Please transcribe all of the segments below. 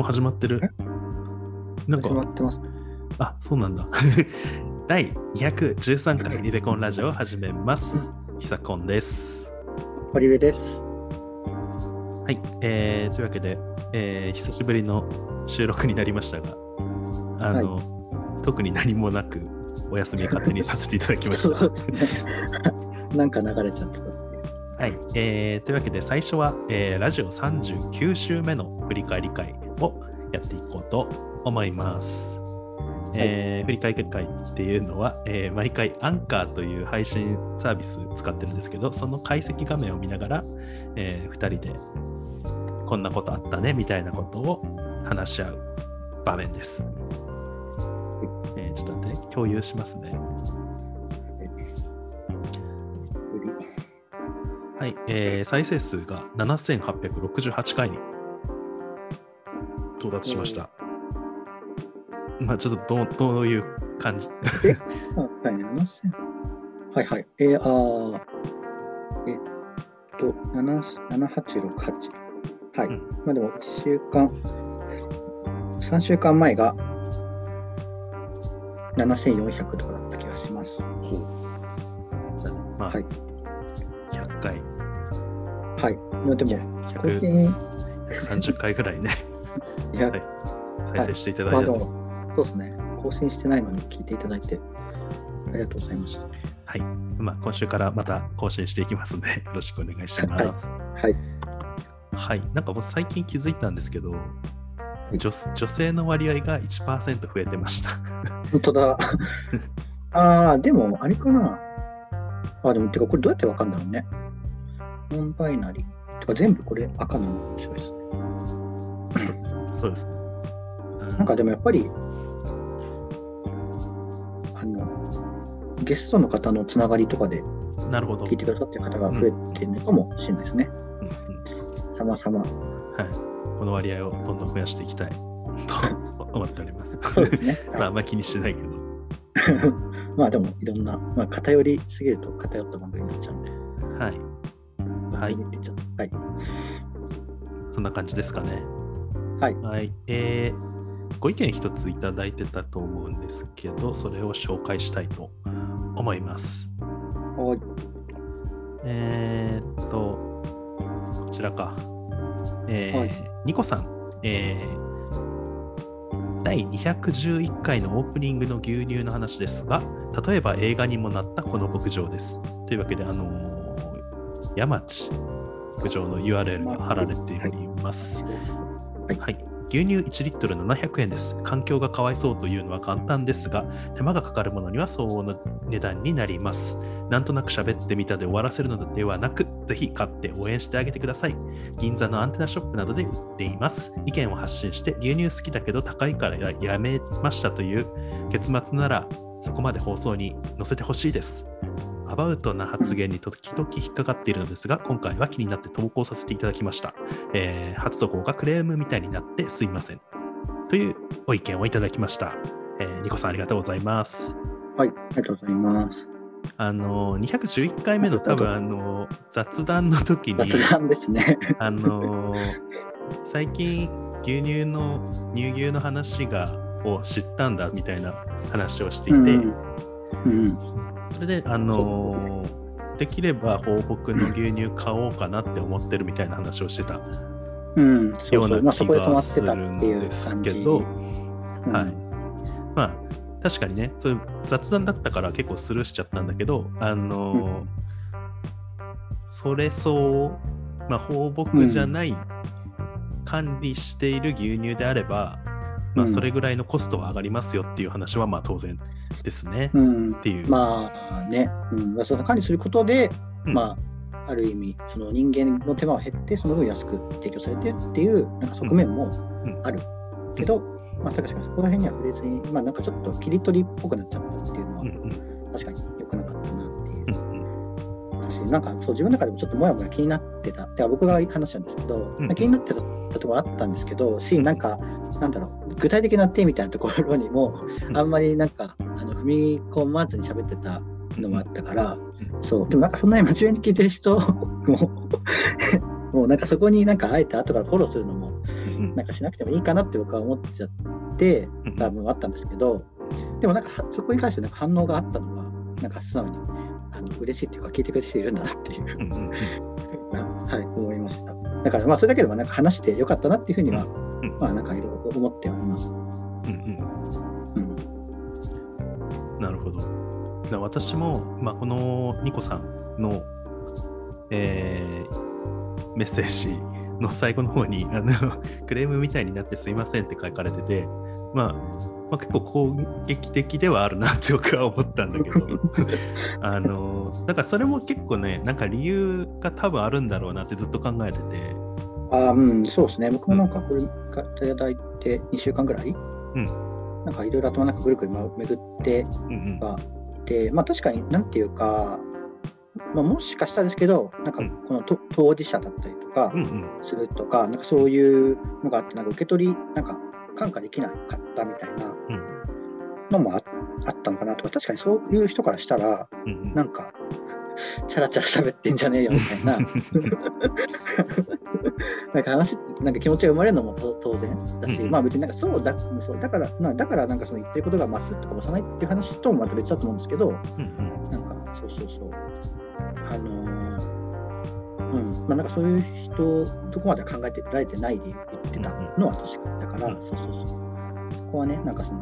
もう始まってる。 始まってます。 あ、そうなんだ。第213回リベコンラジオを始めます。ひさこんです。 堀部です。 はい、というわけで、久しぶりの収録になりましたが、特に何もなくお休み勝手にさせていただきました。 なんか流れちゃってたっていう。 はい、というわけで最初は、ラジオ39週目の振り返り会をやっていこうと思います。振り返り会っていうのは、毎回アンカーという配信サービス使ってるんですけど、その解析画面を見ながら、2人でこんなことあったねみたいなことを話し合う場面です。ちょっと待って、共有しますね。はい、再生数が7868回に到達しました。まあちょっとどういう感じはいはい。7868。はい。まあでも3週間前が7400とかだった気がします。 ほう。まあ、はい。100回。 はい。でも、 130回ぐらいね。再生していただいたと。 そうですね。更新してないのに聞いていただいてありがとうございました。 はい。まあ、今週からまた更新していきますので、よろしくお願いします。 はい。 はい。なんかもう最近気づいたんですけど、女性の割合が 1% 増えてました。 本当だ。でも、あれかな。でも、てか、これどうやってわかんだろうね。ノンバイナリー。てか、全部これ赤なの面白いですね。 そうです。 なんかでもやっぱり、ゲストの方のつながりとかで聞いてくださってる方が増えてるのかもしれないですね。様々。はい。 この割合をどんどん増やしていきたいと思っております。 そうですね。 まあ、あんまり気にしてないけど。 まあでもいろんな、偏りすぎると偏った番組になっちゃうんで。 はい。はい。 はい。 そんな感じですかね。 はい。 はい。ご意見一ついただいてたと思うんですけど、それを紹介したいと思います。 はい。 こちらか。ニコさん、第211回のオープニングの牛乳の話ですが、例えば映画にもなったこの牧場です。というわけで、山地牧場の URL が貼られております。はい。牛乳1リットル700円です。環境がかわいそうというのは簡単ですが、手間がかかるものには相応の値段になります。なんとなく喋ってみたで終わらせるのではなく、ぜひ買って応援してあげてください。銀座のアンテナショップなどで売っています。意見を発信して、牛乳好きだけど高いからやめましたという結末なら、そこまで放送に載せてほしいです。アバウトな発言に時々引っかかっているのですが、今回は気になって投稿させていただきました。初投稿がクレームみたいになってすいません。というお意見をいただきました。ニコさんありがとうございます。 はい、ありがとうございます。 211回目の多分雑談の時に、 雑談ですね。 最近乳牛の話を知ったんだみたいな話をしていて、それでできれば放牧の牛乳買おうかなって思ってるみたいな話をしてたような気がするんですけど、はい。まあ確かにね、そういう雑談だったから結構スルーしちゃったんだけど、それ放牧じゃない管理している牛乳であれば、それぐらいのコストは上がりますよっていう話は当然ですね、っていう。 その管理することで、ある意味その人間の手間は減ってその分安く提供されてるっていうなんか側面もあるけど、確かにそこら辺には触れずに、なんかちょっと切り取りっぽくなっちゃったっていうのは、確かに良くなかったなっていう。なんかそう自分の中でもちょっともやもや気になってた。では僕が話したんですけど、気になってたところあったんですけど、なんだろう、具体的な手みたいなところにも、あんまりなんか踏み込まずに喋ってたのもあったから、そうでもなんかそんなに真面目に聞いてる人ももうなんかそこになんかあえて後からフォローするのもなんかしなくてもいいかなって僕は思っちゃってた部分はあったんですけど、でもなんかそこに関してなんか反応があったのは、なんか素直に嬉しいっていうか、聞いてくれる人いるんだなっていうはい、思いました。だからまあそれだけでもなんか話してよかったなっていうふうには、まあなんかいろいろ思ってはいます。 なるほど。私も、まあ、このニコさんの、メッセージの最後の方にクレームみたいになってすいませんって書かれてて、まあ、結構攻撃的ではあるなって僕は思ったんだけどだからそれも結構ね、なんか理由が多分あるんだろうなってずっと考えてて、 そうですね。僕もなんかこれからいただいて2週間ぐらい、なんかいろいろ頭の中ぐるぐる巡ってはいて、まあ確かになんていうか、まあ、もしかしたらですけど、なんかこの当事者だったりとかするとか、なんかそういうのがあって、なんか受け取り、なんか感化できなかったみたいなのもあったのかなとか、確かにそういう人からしたら、なんか、チャラチャラ喋ってんじゃねえよみたいななんか話ってなんか気持ちが生まれるのも当然だし、まあ別になんかそうだからなんかその言ってることが増すとか増さないっていう話ともまた別だと思うんですけど、なんかそうまあなんかそういう人どこまで考えてられてないで言ってたのは確かにだから、そこはねなんかその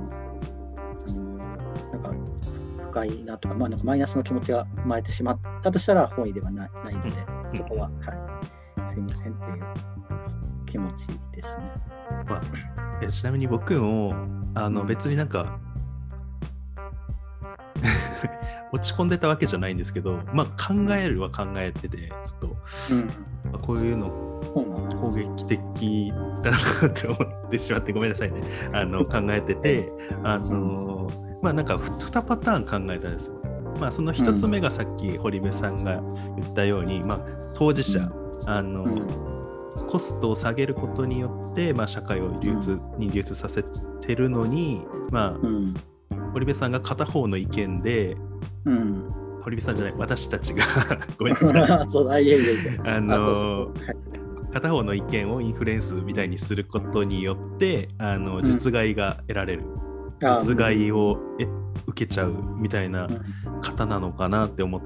なんか深いなとか、まあなんかマイナスの気持ちが生まれてしまったとしたら本意ではないので、そこははいすいませんっていう気持ちですね。 まあ、ちなみに僕も別になんか落ち込んでたわけじゃないんですけど、まあ考えるは考えててずっと、こういうの攻撃的だなって思ってしまってごめんなさいね考えててまあなんか2パターン考えたんですよ。まあその1つ目がさっき堀部さんが言ったように、まあ当事者コストを下げることによって、まあ、社会を流通させてるのに、まあ堀部さんが片方の意見で、堀部さんじゃない私たちがごめんなさい片方の意見をインフルエンスみたいにすることによって実害が得られる、実害を受けちゃうみたいな方なのかなって思って、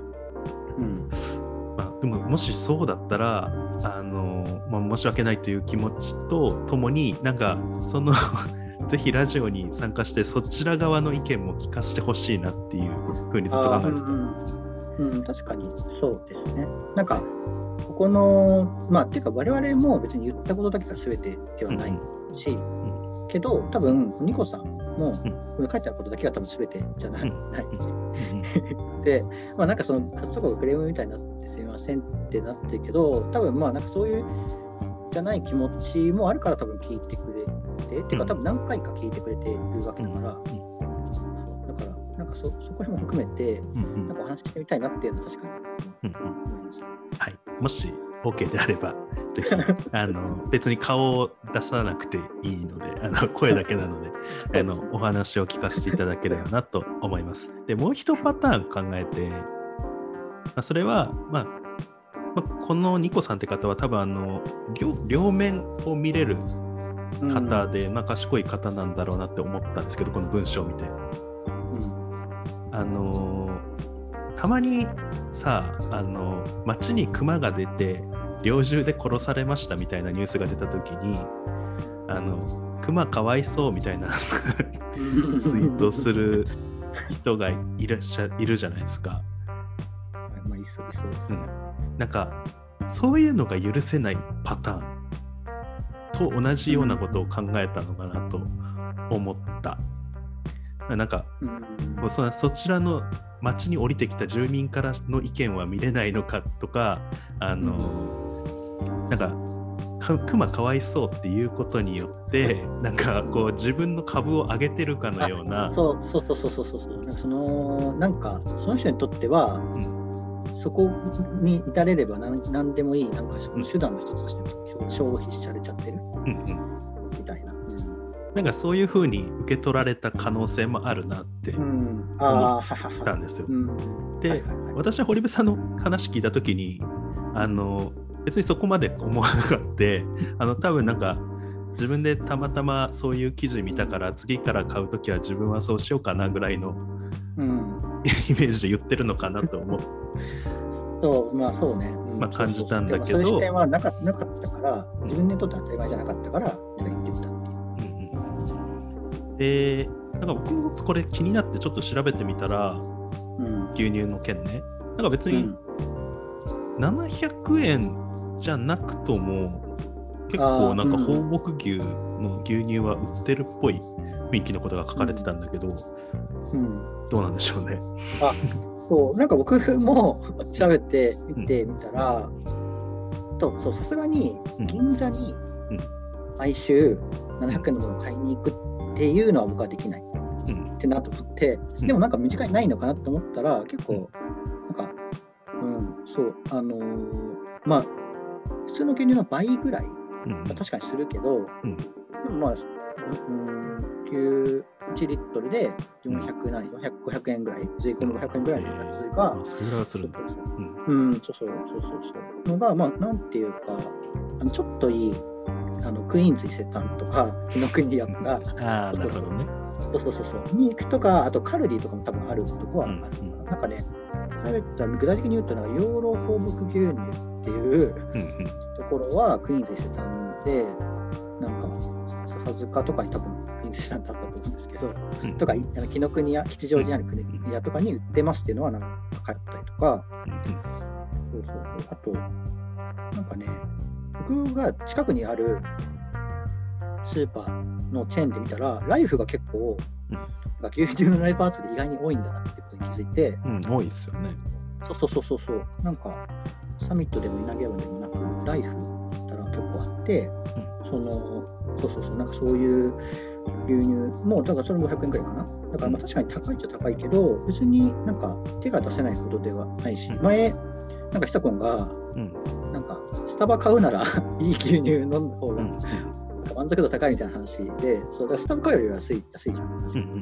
でももしそうだったら申し訳ないという気持ちとともになんかそのぜひラジオに参加してそちら側の意見も聞かせてほしいなっていうふうにずっと考えてた。 確かにそうですね。なんかここのまあっていうか我々も別に言ったことだけが全てではないし、けど多分ニコさんもこれ書いてあることだけが多分全てじゃないで、まあなんかそのそこがクレームみたいになってすみませんってなってるけど、多分まあなんかそういうじゃない気持ちもあるから多分聞いてくれて、っていうか多分何回か聞いてくれているわけだから、だからなんかそこも含めてなんかお話ししてみたいなっていうのは確かに思います。 はい、もし OK であればぜひ別に顔を出さなくていいので声だけなのでお話を聞かせていただければなと思います。でもう一パターン考えて、それはこのニコさんって方は多分両面を見れる方で、賢い方なんだろうなって思ったんですけど、この文章を見て、たまにさ街にクマが出て猟銃で殺されましたみたいなニュースが出た時にクマかわいそうみたいなツイートする人がいるじゃないですか。なんかそういうのが許せないパターンと同じようなことを考えたのかなと思った。なんかそちらの町に降りてきた住民からの意見は見れないのかとかなんかクマかわいそうっていうことによってなんかこう自分の株を上げてるかのような、 なんかその人にとっては、そこに至れれば何でもいいなんか手段の一つとして消費されちゃってる、みたいな、 なんかそういう風に受け取られた可能性もあるなって思ったんですよ。で、私は堀部さんの話聞いたときに別にそこまで思わなかった多分なんか自分でたまたまそういう記事見たから次から買うときは自分はそうしようかなぐらいの、イメージで言ってるのかなと思う。 まあそうね。 感じたんだけど、 そういう視点はなかったから、自分にとって当たり前じゃなかったから、言ってみたっていう。 なんか僕もこれ気になってちょっと調べてみたら、牛乳の件ね。なんか別に700円じゃなくとも、結構なんか放牧牛の牛乳は売ってるっぽい雰囲気のことが書かれてたんだけど、どうなんでしょうね。 そうなんか僕も調べてみてみたら、さすがに銀座に毎週700円のものを買いに行くっていうのは僕はできないってなと思って、でもなんか身近にないのかなと思ったら、結構なんか、そうまあ普通の牛乳の倍ぐらい、確かにするけど、でもまあ1リットルで400何、500円ぐらい、税込み500円ぐらいのやつが、 それぐらいはするんだ。 のが、まあ、なんていうか、ちょっといい、クイーンズ伊勢丹とか、紀ノ国屋とか、 なるほどね。 に行くとか、あとカルディとかも多分あるとこはある。なんかね、具体的に言うと、ヨーロ放牧牛乳っていうところは、クイーンズ伊勢丹で、なんか、笹塚とかに多分クイーンズ伊勢丹だったと思うんですけど、とか、紀ノ国屋、吉祥寺にある国屋とかに売ってますっていうのは、なんか書いてあったりとか、あと、なんかね、僕が近くにあるスーパーのチェーンで見たら、ライフが結構、牛乳のライフパーツで意外に多いんだなってことに気づいて、 多いですよね。 なんか、サミットでも稲毛山でもなく、ライフだったら結構あって、なんかそういう牛乳も、だからそれも500円くらいかな。だからまあ確かに高いっちゃ高いけど、別になんか手が出せないほどではないし、前、なんか久子が、なんかスタバ買うならいい牛乳飲んだ方が満足度高いみたいな話で、だからスタバ買うよりは安いじゃん。だ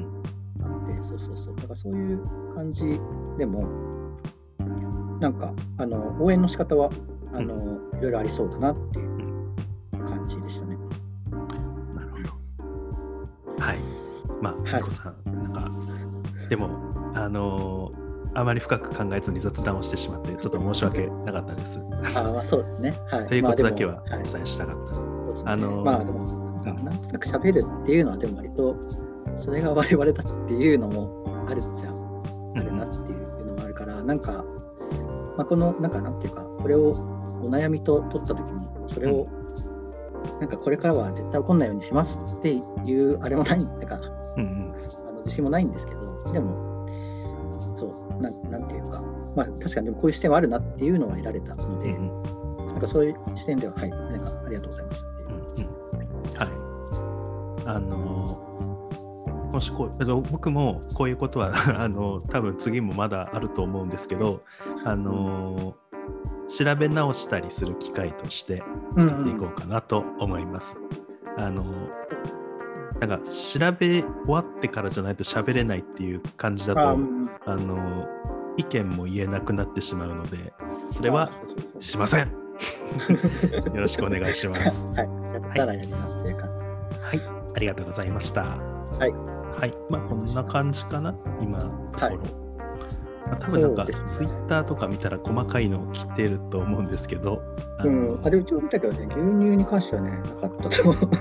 からそういう感じでも、なんか応援の仕方はいろいろありそうだなっていう感じでしたね。 なるほど。はい。まあ、みこさん、なんか、でも、あまり深く考えずに雑談をしてしまって、ちょっと申し訳なかったです。 まあそうですね。はい。 ということだけはお伝えしたかった。 まあでも、なんとなく喋るっていうのは、でも割と、それが我々だっていうのもあるじゃん。あるなっていうのもあるから、なんか、まあ、この、なんていうか、これをお悩みと取ったときに、それを、なんかこれからは絶対起こんないようにしますっていうあれもないんだから、自信もないんですけど、でも、なんていうか、まあ確かにでもこういう視点はあるなっていうのは得られたので、なんかそういう視点では、なんかありがとうございますっていう。 もし僕もこういうことは多分次もまだあると思うんですけど、調べ直したりする機会として使っていこうかなと思います。なんか調べ終わってからじゃないと喋れないっていう感じだと意見も言えなくなってしまうので、それはしません。よろしくお願いします。 やったらやりますという感じ。 はい、ありがとうございました。まあこんな感じかな、今のところ。多分なんかツイッターとか見たら細かいの来てると思うんですけど。 でも一応見たけどね、牛乳に関してはね、なかったと思う。い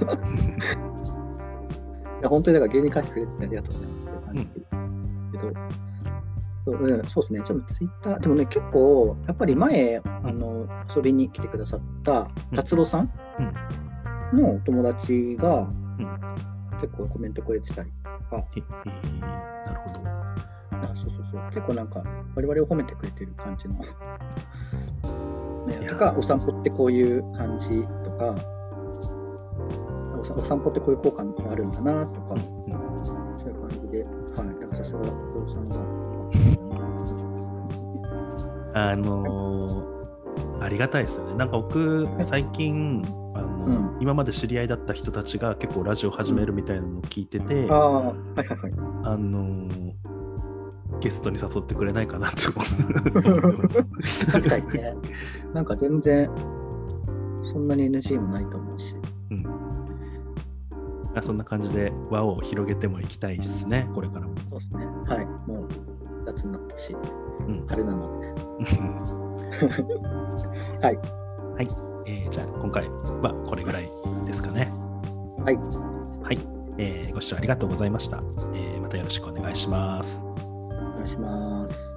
や本当にだから牛乳に関してくれててありがとうございますっていう感じけど。そうですね、ちょっとツイッター、でもね、結構、やっぱり前、遊びに来てくださった達郎さんのお友達が、結構コメントくれてたりとか、 なるほど。 結構なんか、我々を褒めてくれてる感じの、とか、お散歩ってこういう感じとか、お散歩ってこういう効果もあるんだなとか、そういう感じで、なんかさすが達郎さんが。 ありがたいですよね。なんか僕最近今まで知り合いだった人たちが結構ラジオ始めるみたいなのを聞いてて、ゲストに誘ってくれないかなと思ってます。 確かにね。なんか全然そんなに NG もないと思うし。 そんな感じで輪を広げてもいきたいですね、これからも。 そうですね。はい。もう夏になったし、春なので。はい。 はい。じゃあ今回はこれぐらいですかね。 はい。 はい。ご視聴ありがとうございました。またよろしくお願いします。 お願いします。